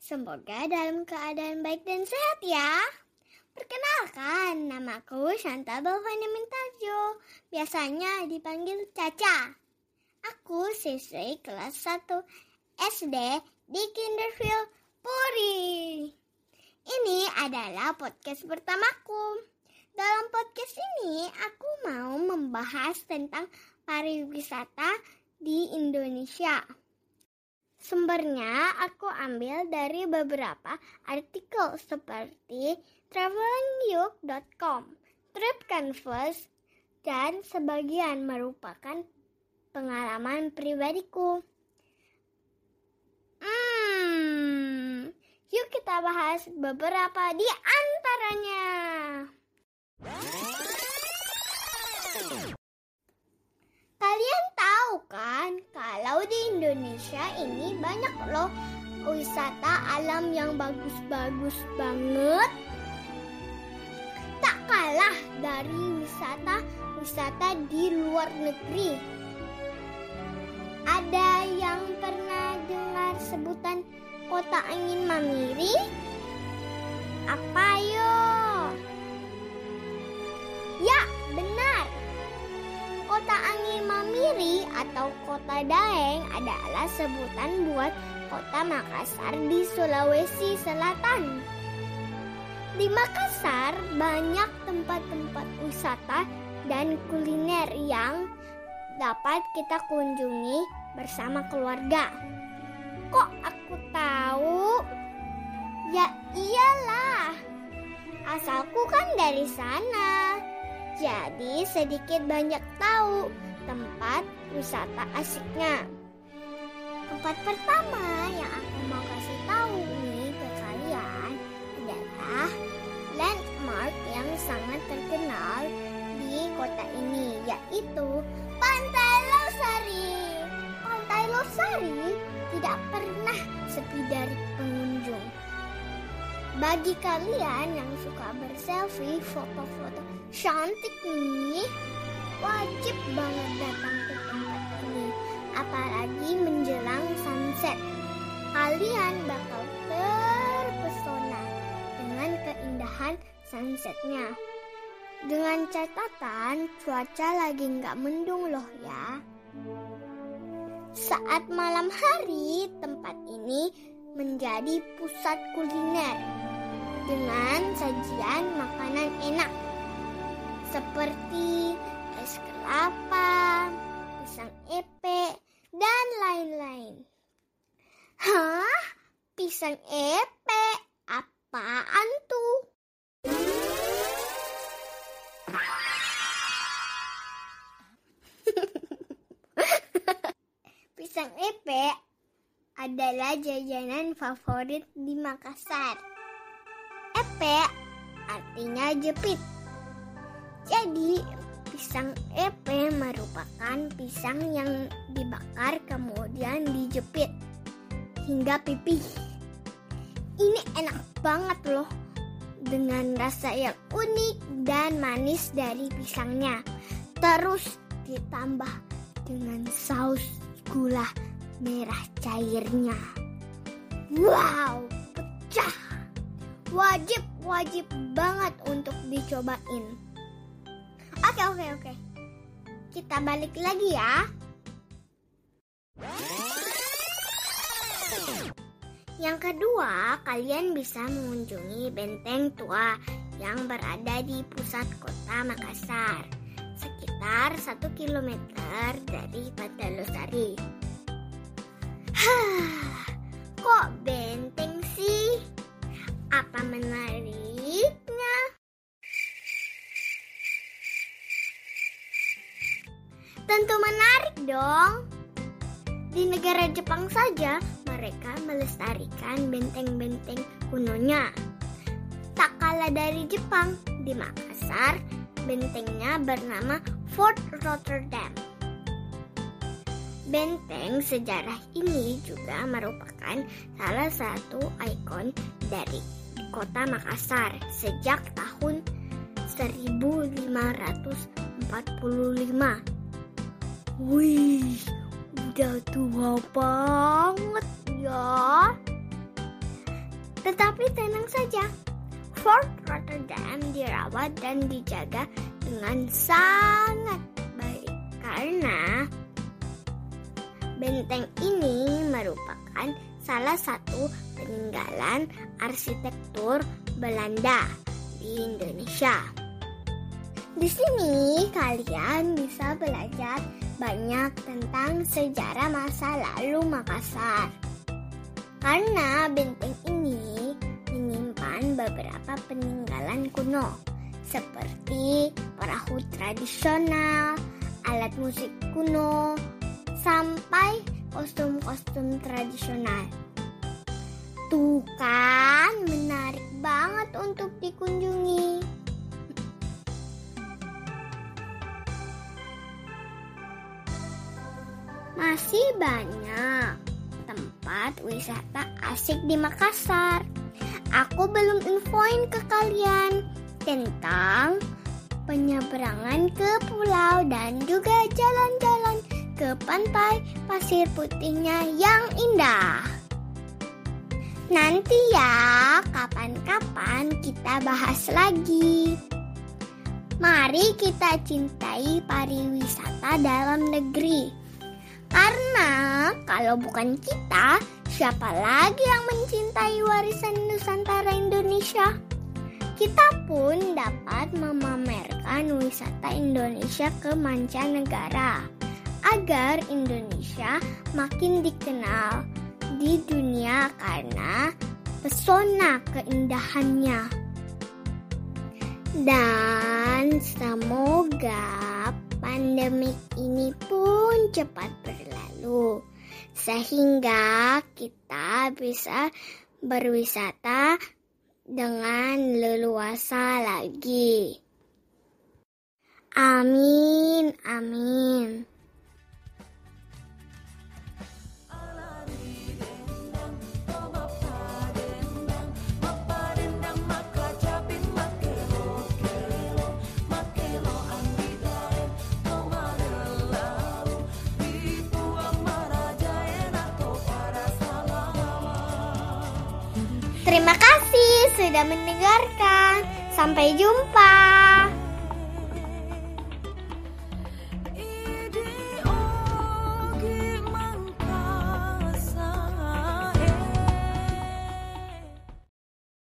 Semoga dalam keadaan baik dan sehat ya. Perkenalkan, namaku Shanta Balvani Mintarjo. Biasanya dipanggil Caca. Aku siswi kelas 1 SD di Kinderfield, Puri. Ini adalah podcast pertamaku. Dalam podcast ini, aku mau membahas tentang pariwisata di Indonesia. Sumbernya aku ambil dari beberapa artikel seperti travelingyuk.com, TripCanvas, dan sebagian merupakan pengalaman pribadiku. Yuk kita bahas beberapa di antaranya. Kalian tahu kan kalau di Indonesia ini banyak loh wisata alam yang bagus-bagus banget. Tak kalah dari wisata di luar negeri. Ada yang pernah dengar sebutan Kota Angin Mamiri? Apa yo? Ya, benar. Kota Angin Mamiri atau Kota Daeng adalah sebutan buat Kota Makassar di Sulawesi Selatan. Di Makassar banyak tempat-tempat wisata dan kuliner yang dapat kita kunjungi bersama keluarga. Kok aku tahu? Ya iyalah, asalku kan dari sana. Jadi sedikit banyak tahu tempat wisata asiknya. Tempat pertama yang aku mau kasih tahu nih ke kalian adalah landmark yang sangat terkenal di kota ini, yaitu Pantai Losari. Pantai Losari tidak pernah sepi dari pengunjung. Bagi kalian yang suka berselfie, foto-foto cantik nih, wajib banget datang ke tempat ini. Apalagi menjelang sunset. Kalian bakal terpesona dengan keindahan sunsetnya. Dengan catatan cuaca lagi nggak mendung loh ya. Saat malam hari, tempat ini menjadi pusat kuliner dengan sajian makanan enak seperti es kelapa, pisang epe, dan lain-lain. Hah? Pisang epe? Apaan tuh? Pisang epe adalah jajanan favorit di Makassar. Epe artinya jepit. Jadi, pisang epe merupakan pisang yang dibakar kemudian dijepit hingga pipih. Ini enak banget loh, dengan rasa yang unik dan manis dari pisangnya. Terus ditambah dengan saus gula merah cairnya. Wow, pecah. Wajib banget untuk dicobain. Oke. Kita balik lagi ya. Yang kedua, kalian bisa mengunjungi Benteng Tua yang berada di pusat kota Makassar, sekitar 1 km dari Pantai Losari. Kok benteng sih? Apa menariknya? Tentu menarik dong. Di negara Jepang saja mereka melestarikan benteng-benteng kunonya. Tak kalah dari Jepang, di Makassar bentengnya bernama Fort Rotterdam. Benteng sejarah ini juga merupakan salah satu ikon dari kota Makassar sejak tahun 1545. Wih, udah tua banget ya. Tetapi tenang saja, Fort Rotterdam dirawat dan dijaga dengan sangat baik karena benteng ini merupakan salah satu peninggalan arsitektur Belanda di Indonesia. Di sini kalian bisa belajar banyak tentang sejarah masa lalu Makassar. Karena benteng ini menyimpan beberapa peninggalan kuno seperti perahu tradisional, alat musik kuno, sampai kostum-kostum tradisional. Tuh kan, menarik banget untuk dikunjungi. Masih banyak tempat wisata asik di Makassar. Aku belum infoin ke kalian tentang penyeberangan ke pulau dan juga jalan-jalan ke pantai pasir putihnya yang indah. Nanti ya, kapan-kapan kita bahas lagi. Mari kita cintai pariwisata dalam negeri. Karena kalau bukan kita, siapa lagi yang mencintai warisan Nusantara Indonesia? Kita pun dapat memamerkan wisata Indonesia ke mancanegara agar Indonesia makin dikenal di dunia karena pesona keindahannya. Dan semoga pandemik ini pun cepat berlalu sehingga kita bisa berwisata dengan leluasa lagi. Amin, amin. Terima kasih sudah mendengarkan. Sampai jumpa.